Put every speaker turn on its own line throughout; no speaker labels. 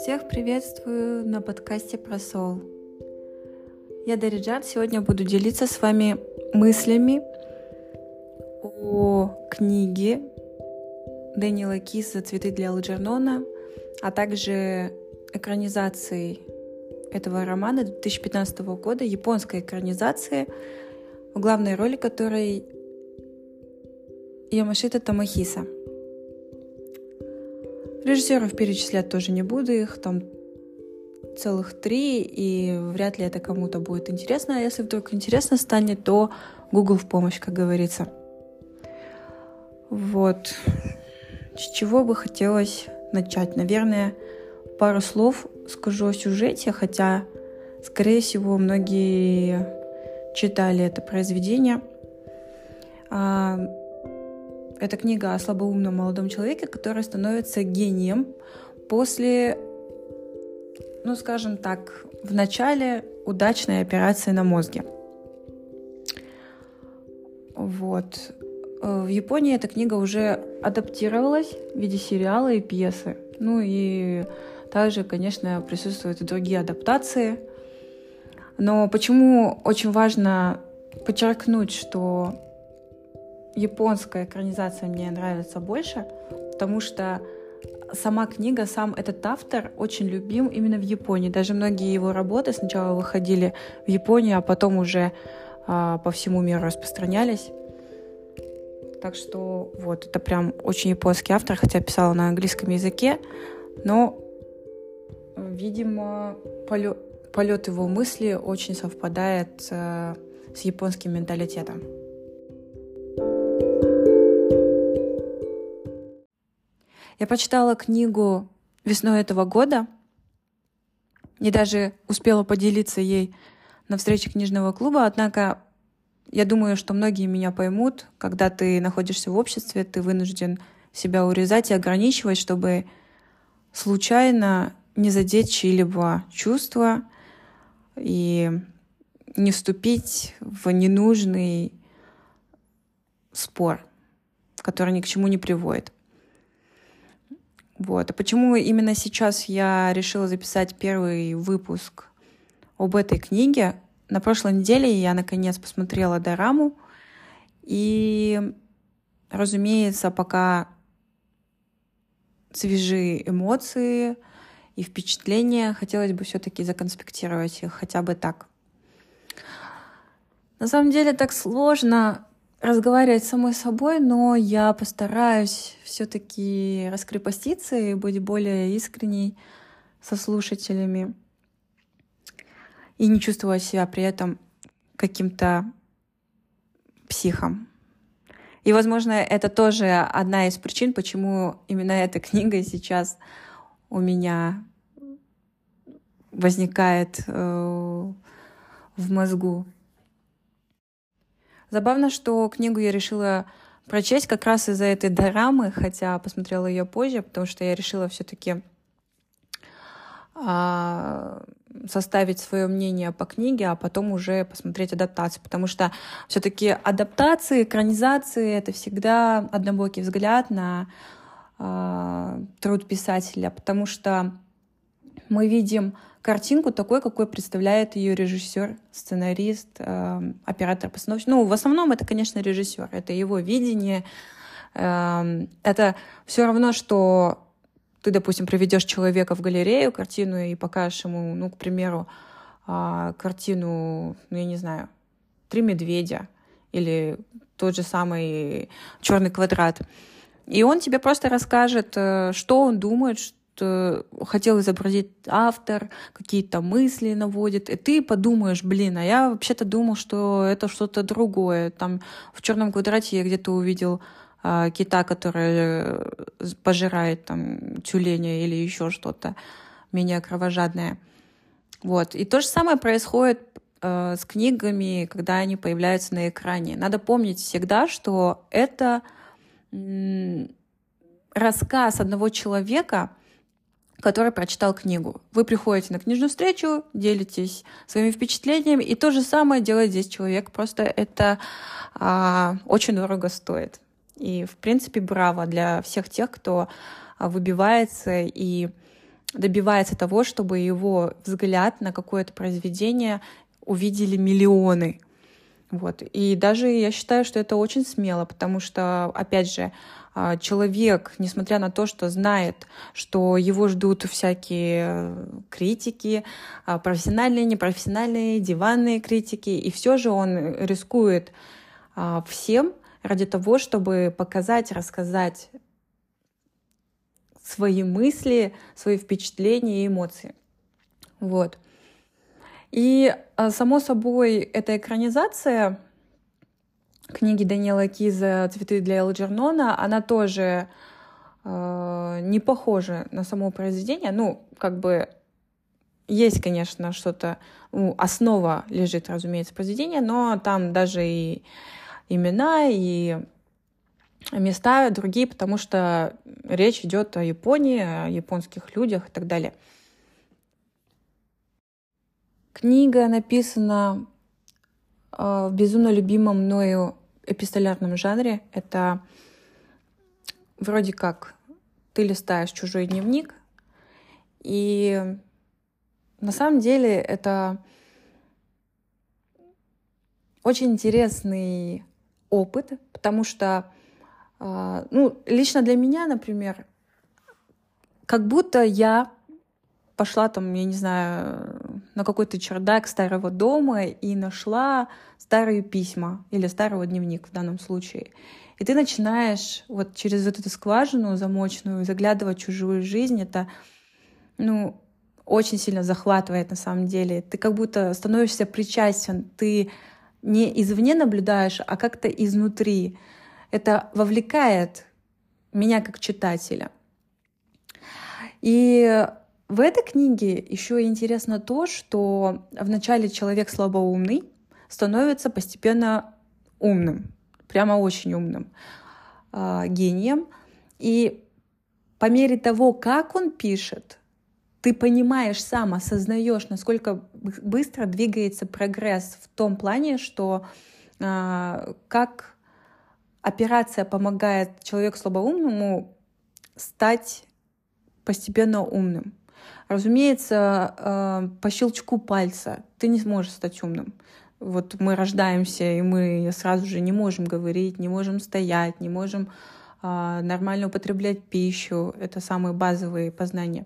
Всех приветствую на подкасте про Soul. Я Дариджат, сегодня буду делиться с вами мыслями о книге Дэниела Киса «Цветы для Элджернона», а также экранизации этого романа 2015 года, японской экранизации, в главной роли которой Ямашита Томохиса. Режиссеров перечислять тоже не буду, их там целых 3, и вряд ли это кому-то будет интересно. А если вдруг интересно станет, то Google в помощь, как говорится. Вот. С чего бы хотелось начать? Наверное, пару слов скажу о сюжете, хотя, скорее всего, многие читали это произведение. Это книга о слабоумном молодом человеке, который становится гением после, скажем так, в начале удачной операции на мозге. Вот. В Японии эта книга уже адаптировалась в виде сериала и пьесы. И также, конечно, присутствуют и другие адаптации. Но почему очень важно подчеркнуть, что японская экранизация мне нравится больше, потому что сама книга, сам этот автор очень любим именно в Японии. Даже многие его работы сначала выходили в Японии, а потом уже по всему миру распространялись. Так что вот, это прям очень японский автор, хотя писала на английском языке, но, видимо, полет его мысли очень совпадает с японским менталитетом. Я прочитала книгу весной этого года и даже успела поделиться ей на встрече книжного клуба, однако я думаю, что многие меня поймут, когда ты находишься в обществе, ты вынужден себя урезать и ограничивать, чтобы случайно не задеть чьи-либо чувства и не вступить в ненужный спор, который ни к чему не приводит. Вот. А почему именно сейчас я решила записать первый выпуск об этой книге? На прошлой неделе я наконец посмотрела дораму, и, разумеется, пока свежи эмоции и впечатления, хотелось бы все-таки законспектировать их хотя бы так. На самом деле так сложно разговаривать с самой собой, но я постараюсь все-таки раскрепоститься и быть более искренней со слушателями и не чувствовать себя при этом каким-то психом. И, возможно, это тоже одна из причин, почему именно эта книга сейчас у меня возникает в мозгу. Забавно, что книгу я решила прочесть как раз из-за этой дорамы, хотя посмотрела ее позже, потому что я решила все-таки составить свое мнение по книге, а потом уже посмотреть адаптацию, потому что все-таки адаптации, экранизации — это всегда однобокий взгляд на труд писателя, потому что мы видим картинку такой, какой представляет ее режиссер, сценарист, оператор-постановщик. В основном это, конечно, режиссер, это его видение. Это все равно, что ты, допустим, приведешь человека в галерею, картину, и покажешь ему, к примеру, картину, я не знаю, «Три медведя» или тот же самый «Черный квадрат». И он тебе просто расскажет, что он думает, что хотел изобразить автор, какие-то мысли наводит, и ты подумаешь, а я вообще-то думал, что это что-то другое. Там в «Черном квадрате» я где-то увидел кита, который пожирает тюленя или еще что-то менее кровожадное. Вот. И то же самое происходит с книгами, когда они появляются на экране. Надо помнить всегда, что это рассказ одного человека, который прочитал книгу. Вы приходите на книжную встречу, делитесь своими впечатлениями, и то же самое делает здесь человек, просто это очень дорого стоит. И, в принципе, браво для всех тех, кто выбивается и добивается того, чтобы его взгляд на какое-то произведение увидели миллионы. Вот. И даже я считаю, что это очень смело, потому что, опять же, человек, несмотря на то, что знает, что его ждут всякие критики, профессиональные, непрофессиональные, диванные критики, и все же он рискует всем ради того, чтобы показать, рассказать свои мысли, свои впечатления и эмоции. Вот. И, само собой, эта экранизация книги Дэниела Киза «Цветы для Элджернона», она тоже не похожа на само произведение. Ну, как бы есть, конечно, что-то, основа лежит, разумеется, произведение, но там даже и имена, и места другие, потому что речь идет о Японии, о японских людях и так далее. Книга написана в безумно любимом мною эпистолярном жанре. Это вроде как ты листаешь чужой дневник, и на самом деле это очень интересный опыт, потому что, лично для меня, например, как будто я пошла там, я не знаю, на какой-то чердак старого дома и нашла старые письма или старый дневник в данном случае. И ты начинаешь вот через вот эту скважину замочную заглядывать в чужую жизнь. Это, очень сильно захватывает на самом деле. Ты как будто становишься причастен. Ты не извне наблюдаешь, а как-то изнутри. Это вовлекает меня как читателя. И в этой книге еще интересно то, что вначале человек слабоумный становится постепенно умным, прямо очень умным, гением. И по мере того, как он пишет, ты понимаешь сам, осознаешь, насколько быстро двигается прогресс в том плане, что как операция помогает человеку слабоумному стать постепенно умным. Разумеется, по щелчку пальца ты не сможешь стать умным. Вот мы рождаемся, и мы сразу же не можем говорить, не можем стоять, не можем нормально употреблять пищу. Это самые базовые познания.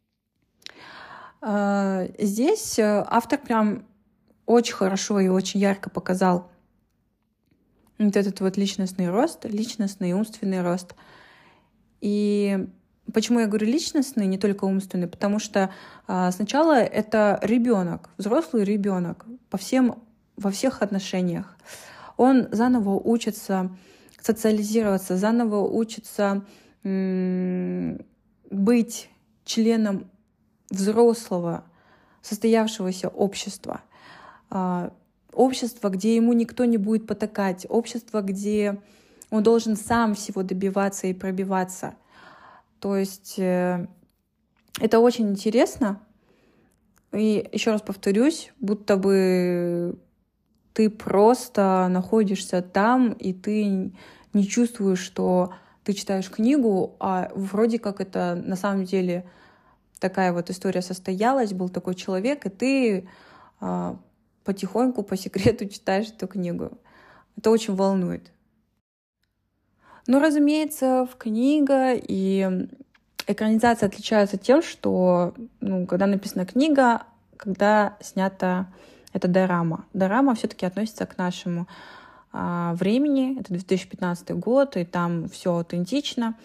Здесь автор прям очень хорошо и очень ярко показал вот этот вот личностный рост, личностный и умственный рост. И почему я говорю личностный, не только умственный? Потому что сначала это ребенок, взрослый ребенок во всех отношениях. Он заново учится социализироваться, заново учится быть членом взрослого, состоявшегося общества. Общество, где ему никто не будет потакать. Общество, где он должен сам всего добиваться и пробиваться. То есть это очень интересно. И еще раз повторюсь, будто бы ты просто находишься там, и ты не чувствуешь, что ты читаешь книгу, а вроде как это на самом деле такая вот история состоялась, был такой человек, и ты потихоньку, по секрету читаешь эту книгу. Это очень волнует. Но, разумеется, книга и экранизация отличаются тем, что когда написана книга, когда снята эта дорама. Дорама все-таки относится к нашему времени. Это 2015 год, и там все аутентично.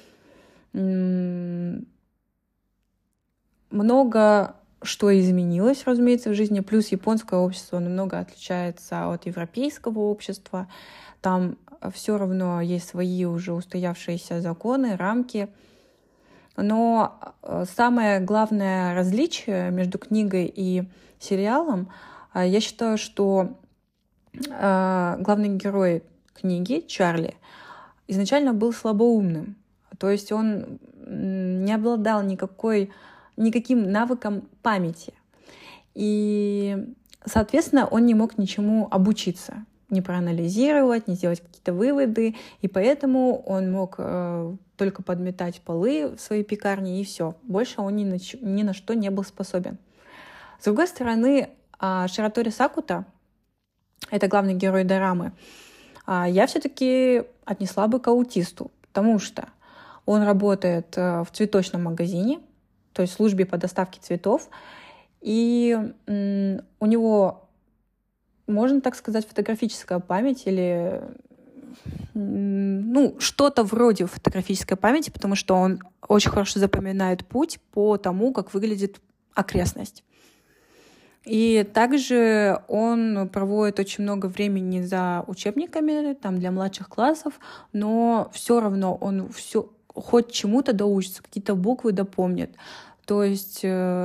Много что изменилось, разумеется, в жизни. Плюс японское общество намного отличается от европейского общества. Там все равно есть свои уже устоявшиеся законы, рамки. Но самое главное различие между книгой и сериалом, я считаю, что главный герой книги, Чарли, изначально был слабоумным. То есть он не обладал никаким навыком памяти. И, соответственно, он не мог ничему обучиться. не проанализировать, не сделать какие-то выводы, и поэтому он мог только подметать полы в своей пекарне, и все. Больше он ни на что не был способен. С другой стороны, Ширатори Сакута, это главный герой дорамы, я все-таки отнесла бы к аутисту, потому что он работает в цветочном магазине, то есть в службе по доставке цветов, и у него, можно так сказать, фотографическая память или что-то вроде фотографической памяти, потому что он очень хорошо запоминает путь по тому, как выглядит окрестность. И также он проводит очень много времени за учебниками там, для младших классов, но все равно он хоть чему-то доучится, какие-то буквы допомнит. То есть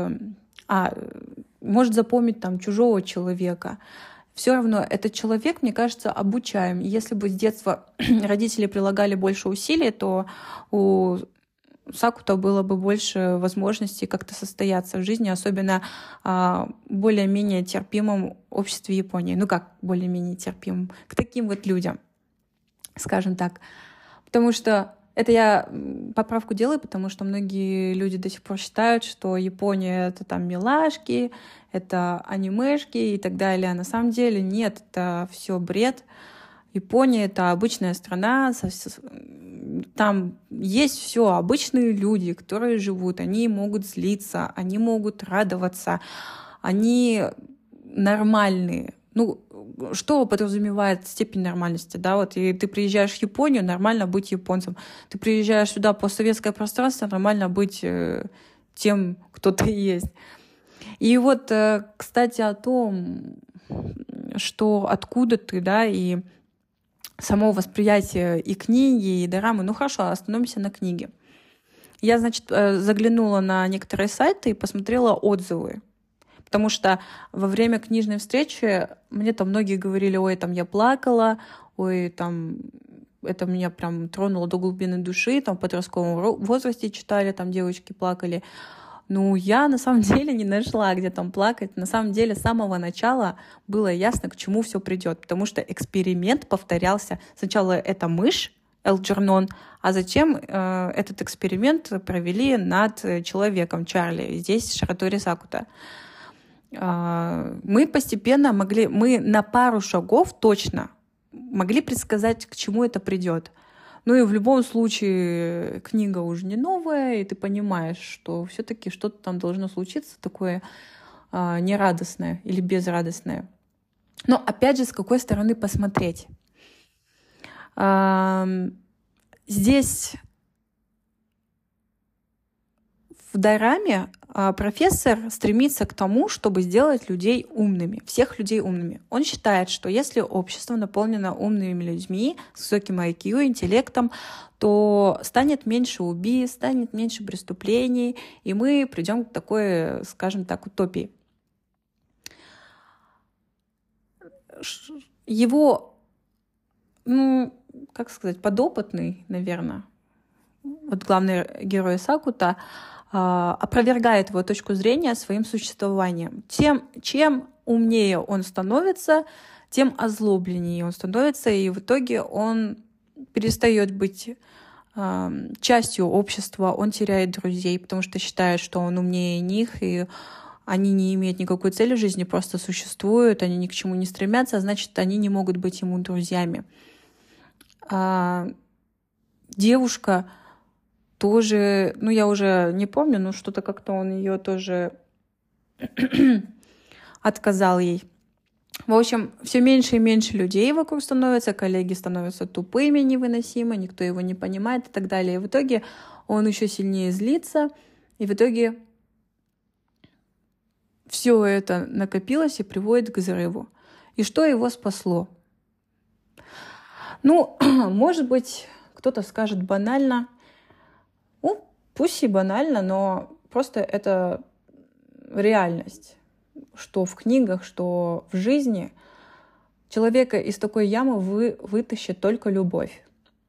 может запомнить там чужого человека. Все равно этот человек, мне кажется, обучаем. Если бы с детства родители прилагали больше усилий, то у Сакута было бы больше возможностей как-то состояться в жизни, особенно в более-менее терпимом обществе Японии. Ну как более-менее терпимом? К таким вот людям, скажем так. Потому что это я поправку делаю, потому что многие люди до сих пор считают, что Япония — это там милашки, это анимешки и так далее. А на самом деле нет, это все бред. Япония — это обычная страна, там есть все обычные люди, которые живут, они могут злиться, они могут радоваться, они нормальные. Что подразумевает степень нормальности, да, вот, и ты приезжаешь в Японию, нормально быть японцем, ты приезжаешь сюда постсоветское пространство, нормально быть тем, кто ты есть. И вот, кстати, о том, что откуда ты, да, и само восприятие и книги, и дорамы. Хорошо, остановимся на книге. Я, значит, заглянула на некоторые сайты и посмотрела отзывы. Потому что во время книжной встречи мне там многие говорили: ой, там я плакала, ой, там это меня прям тронуло до глубины души, там в подростковом возрасте читали, там девочки плакали. Я на самом деле не нашла, где там плакать. На самом деле с самого начала было ясно, к чему все придет, потому что эксперимент повторялся. Сначала это мышь Элджернон, а затем этот эксперимент провели над человеком Чарли, здесь Ширатори Сакута. Мы постепенно мы на пару шагов точно могли предсказать, к чему это придет. И в любом случае книга уже не новая, и ты понимаешь, что все-таки что-то там должно случиться такое нерадостное или безрадостное. Но опять же, с какой стороны посмотреть? Здесь в дораме профессор стремится к тому, чтобы сделать людей умными, всех людей умными. Он считает, что если общество наполнено умными людьми с высоким IQ, интеллектом, то станет меньше убийств, станет меньше преступлений, и мы придем к такой, скажем так, утопии. Его, подопытный, наверное, вот главный герой Сакута, опровергает его точку зрения своим существованием. Чем умнее он становится, тем озлобленнее он становится, и в итоге он перестает быть частью общества, он теряет друзей, потому что считает, что он умнее них, и они не имеют никакой цели в жизни, просто существуют, они ни к чему не стремятся, а значит, они не могут быть ему друзьями. Девушка тоже, я уже не помню, но что-то как-то он ее тоже отказал ей. В общем, все меньше и меньше людей вокруг становится, коллеги становятся тупыми, невыносимо, никто его не понимает и так далее. И в итоге он еще сильнее злится, и в итоге все это накопилось и приводит к взрыву. И что его спасло? Может быть, кто-то скажет банально. Пусть и банально, но просто это реальность, что в книгах, что в жизни человека из такой ямы вытащит только любовь.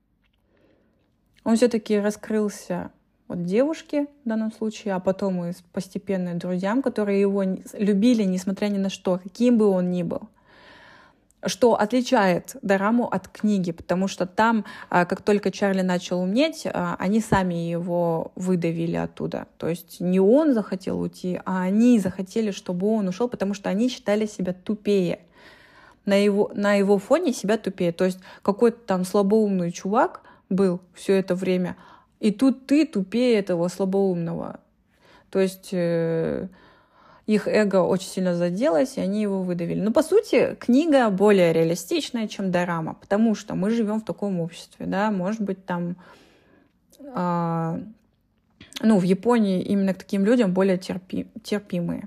Он все-таки раскрылся девушке в данном случае, а потом и постепенно друзьям, которые его любили, несмотря ни на что, каким бы он ни был. что отличает дораму от книги, потому что там, как только Чарли начал умнеть, они сами его выдавили оттуда. То есть не он захотел уйти, а они захотели, чтобы он ушел, потому что они считали себя тупее. На его фоне себя тупее. То есть какой-то там слабоумный чувак был все это время, и тут ты тупее этого слабоумного. То есть их эго очень сильно заделось, и они его выдавили. Но, по сути, книга более реалистичная, чем дорама, потому что мы живем в таком обществе, да, может быть, там, в Японии именно к таким людям более терпимые.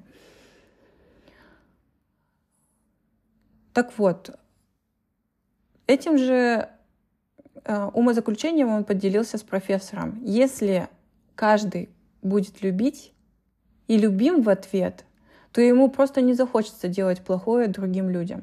Так вот, этим же умозаключением он поделился с профессором. Если каждый будет любить и любим в ответ, то ему просто не захочется делать плохое другим людям.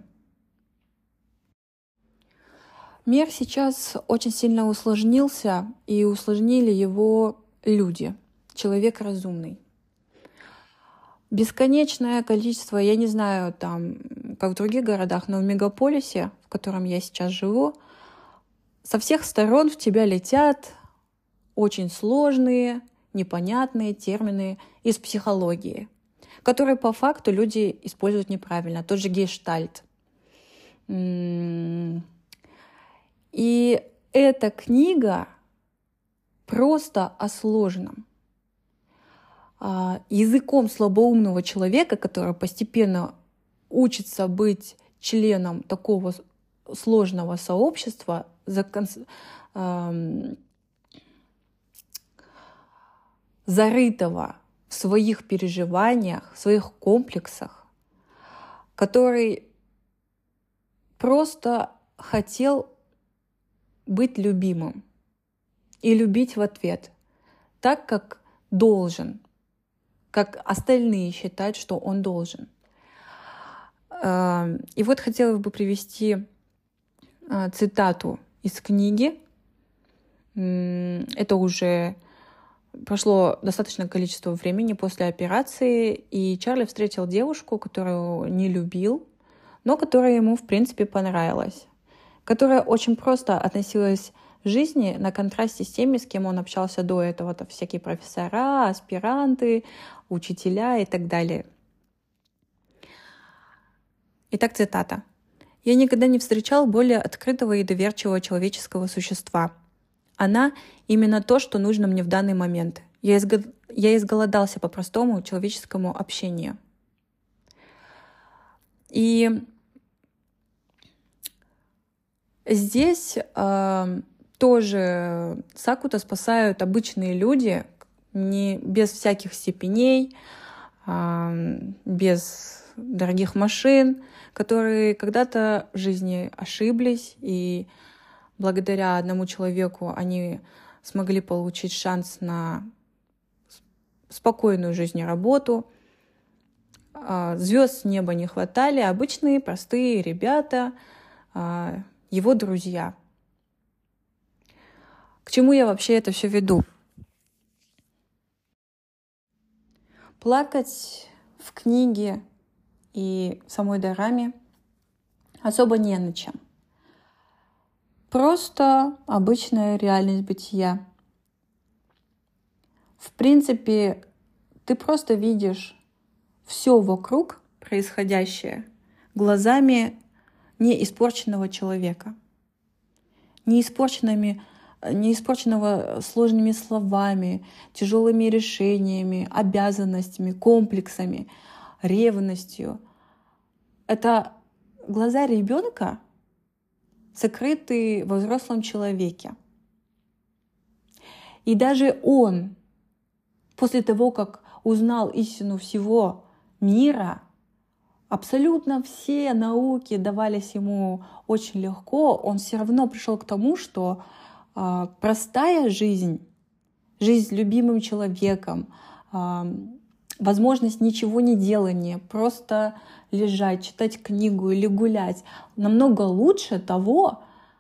Мир сейчас очень сильно усложнился, и усложнили его люди, человек разумный. Бесконечное количество, я не знаю, там, как в других городах, но в мегаполисе, в котором я сейчас живу, со всех сторон в тебя летят очень сложные, непонятные термины из психологии, которые по факту люди используют неправильно. Тот же гештальт. И эта книга просто о сложном. Языком слабоумного человека, который постепенно учится быть членом такого сложного сообщества, зарытого в своих переживаниях, в своих комплексах, который просто хотел быть любимым и любить в ответ, так как должен, как остальные считают, что он должен. И вот хотела бы привести цитату из книги. Это уже прошло достаточное количество времени после операции, и Чарли встретил девушку, которую не любил, но которая ему, в принципе, понравилась, которая очень просто относилась к жизни на контрасте с теми, с кем он общался до этого, это всякие профессора, аспиранты, учителя и так далее. Итак, цитата. «Я никогда не встречал более открытого и доверчивого человеческого существа. Она именно то, что нужно мне в данный момент. Я изголодался по простому человеческому общению». И здесь тоже Сакута спасают обычные люди, без всяких степеней, без дорогих машин, которые когда-то в жизни ошиблись, и благодаря одному человеку они смогли получить шанс на спокойную жизнь и работу. Звезд с неба не хватали, обычные простые ребята, его друзья. К чему я вообще это все веду? Плакать в книге и в самой дораме особо не на чем. Просто обычная реальность бытия. В принципе, ты просто видишь все вокруг происходящее глазами неиспорченного человека, неиспорченного сложными словами, тяжелыми решениями, обязанностями, комплексами, ревностью. Это глаза ребенка, сокрытые во взрослом человеке. И даже он, после того, как узнал истину всего мира, абсолютно все науки давались ему очень легко, он все равно пришел к тому, что простая жизнь с любимым человеком, возможность ничего не делания, просто лежать, читать книгу или гулять, намного лучше того,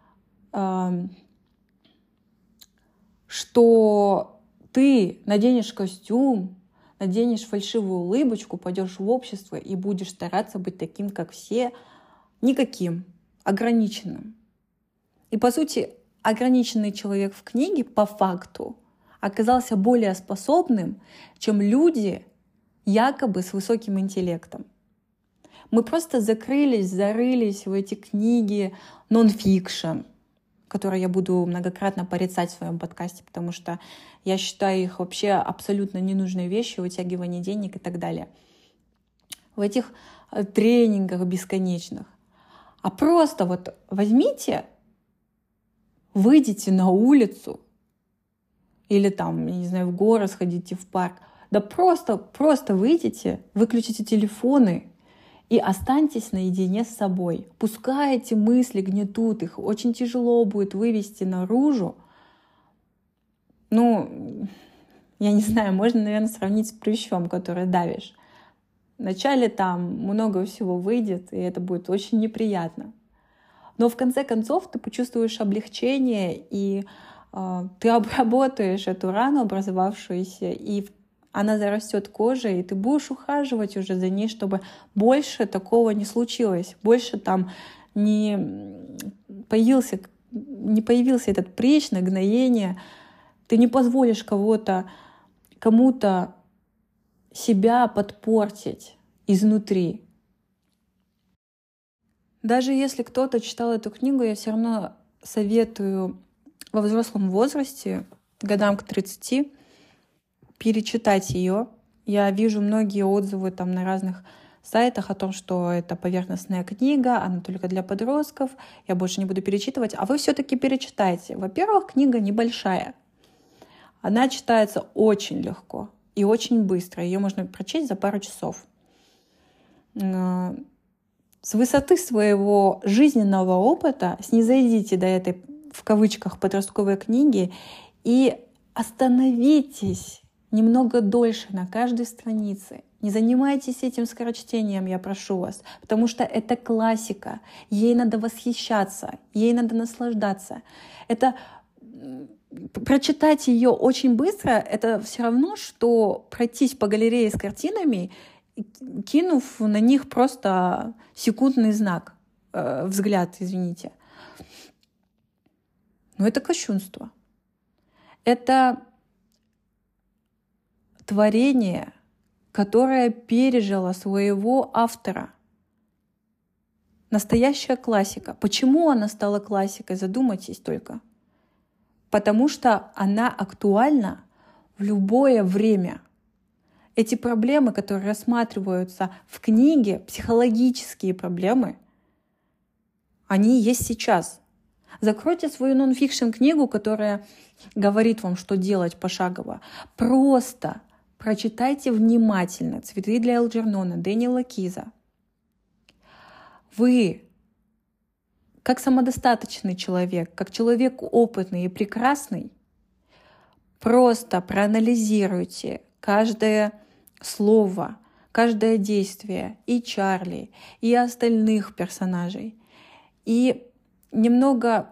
что ты наденешь костюм, наденешь фальшивую улыбочку, пойдешь в общество и будешь стараться быть таким, как все, никаким, ограниченным. И, по сути, ограниченный человек в книге по факту оказался более способным, чем люди якобы с высоким интеллектом. Мы просто закрылись, зарылись в эти книги нон-фикшн, которые я буду многократно порицать в своем подкасте, потому что я считаю их вообще абсолютно ненужной вещью, вытягивание денег и так далее. В этих тренингах бесконечных. А просто вот возьмите, выйдите на улицу или там, я не знаю, в горы сходите, в парк. Да просто выйдите, выключите телефоны и останьтесь наедине с собой. Пускай эти мысли гнетут, их очень тяжело будет вывести наружу. Ну, я не знаю, можно, наверное, сравнить с прыщом, который давишь. Вначале там много всего выйдет, и это будет очень неприятно. Но в конце концов ты почувствуешь облегчение, и ты обработаешь эту рану образовавшуюся, и она зарастет кожей, и ты будешь ухаживать уже за ней, чтобы больше такого не случилось, больше там не появился этот прыщ, нагноение. Ты не позволишь кому-то себя подпортить изнутри. Даже если кто-то читал эту книгу, я все равно советую во взрослом возрасте, годам к 30, перечитать ее. Я вижу многие отзывы там на разных сайтах о том, что это поверхностная книга, она только для подростков, я больше не буду перечитывать. А вы все-таки перечитайте. Во-первых, книга небольшая. Она читается очень легко и очень быстро. Ее можно прочесть за пару часов. С высоты своего жизненного опыта снизойдите до этой, в кавычках, подростковой книги и остановитесь немного дольше на каждой странице. Не занимайтесь этим скорочтением, я прошу вас, потому что это классика. Ей надо восхищаться, ей надо наслаждаться. Прочитать ее очень быстро — это все равно, что пройтись по галерее с картинами, кинув на них просто секундный взгляд, извините. Но это кощунство. Это творение, которое пережило своего автора. Настоящая классика. Почему она стала классикой? Задумайтесь только. Потому что она актуальна в любое время. Эти проблемы, которые рассматриваются в книге, психологические проблемы, они есть сейчас. Закройте свою нон-фикшн книгу, которая говорит вам, что делать пошагово. Просто прочитайте внимательно «Цветы для Элджернона» Дэниела Киза. Вы, как самодостаточный человек, как человек опытный и прекрасный, просто проанализируйте каждое слово, каждое действие и Чарли, и остальных персонажей. И немного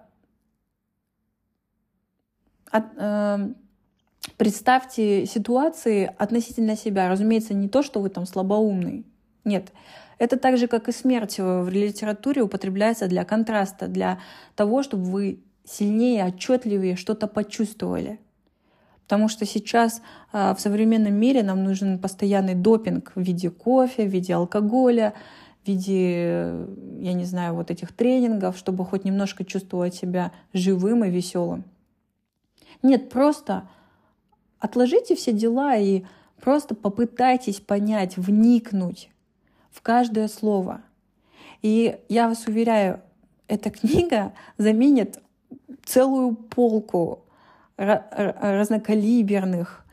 представьте ситуации относительно себя. Разумеется, не то, что вы там слабоумный. Нет. Это так же, как и смерть в литературе употребляется для контраста, для того, чтобы вы сильнее, отчетливее что-то почувствовали. Потому что сейчас в современном мире нам нужен постоянный допинг в виде кофе, в виде алкоголя, в виде, я не знаю, вот этих тренингов, чтобы хоть немножко чувствовать себя живым и веселым. Нет, просто отложите все дела и просто попытайтесь понять, вникнуть в каждое слово. И я вас уверяю, эта книга заменит целую полку разнокалиберных,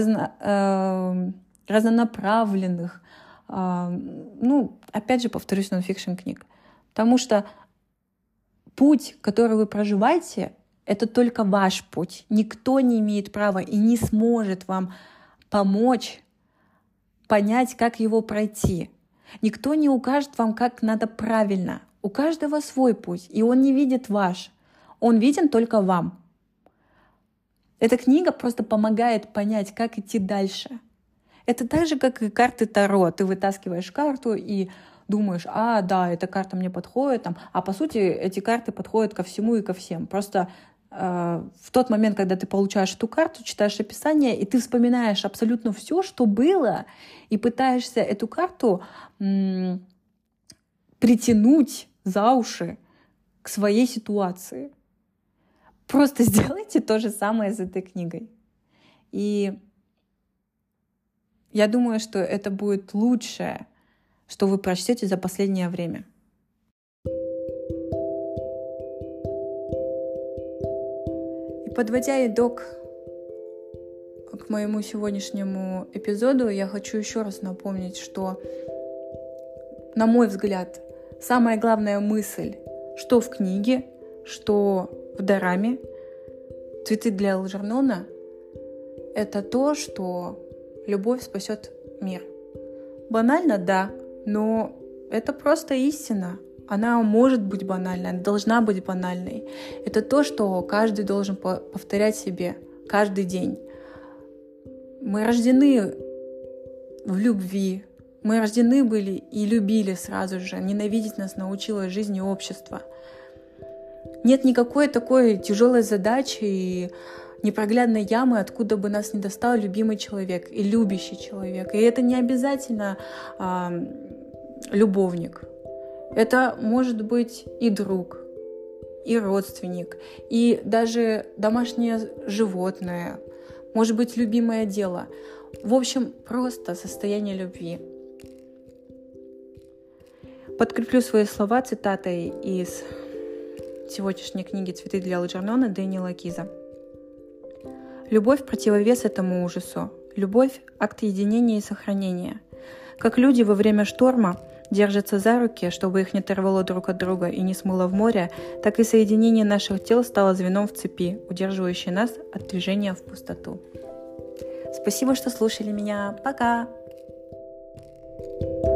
разнонаправленных, опять же, повторюсь, нон-фикшн книг. Потому что путь, который вы проживаете, это только ваш путь. Никто не имеет права и не сможет вам помочь понять, как его пройти. Никто не укажет вам, как надо правильно. У каждого свой путь, и он не видит ваш. Он виден только вам. Эта книга просто помогает понять, как идти дальше. Это так же, как и карты Таро. Ты вытаскиваешь карту и думаешь, да, эта карта мне подходит, а по сути эти карты подходят ко всему и ко всем. Просто в тот момент, когда ты получаешь эту карту, читаешь описание, и ты вспоминаешь абсолютно все, что было, и пытаешься эту карту притянуть за уши к своей ситуации. Просто сделайте то же самое с этой книгой. И я думаю, что это будет лучшее, что вы прочтете за последнее время. И подводя итог к моему сегодняшнему эпизоду, я хочу еще раз напомнить, что, на мой взгляд, самая главная мысль, что в книге, что в дораме «Цветы для Элджернона» — это то, что любовь спасет мир. Банально, да, но это просто истина. Она может быть банальной, она должна быть банальной. Это то, что каждый должен повторять себе каждый день. Мы рождены в любви. Мы рождены были и любили сразу же. Ненавидеть нас научило жизнь и общество. Нет никакой такой тяжелой задачи и непроглядной ямы, откуда бы нас не достал любимый человек и любящий человек. И это не обязательно любовник. Это может быть и друг, и родственник, и даже домашнее животное, может быть, любимое дело. В общем, просто состояние любви. Подкреплю свои слова цитатой из сегодняшней книги «Цветы для Элджернона» Дэниела Киза. Любовь — противовес этому ужасу. Любовь — акт единения и сохранения. Как люди во время шторма держатся за руки, чтобы их не оторвало друг от друга и не смыло в море, так и соединение наших тел стало звеном в цепи, удерживающей нас от движения в пустоту. Спасибо, что слушали меня. Пока!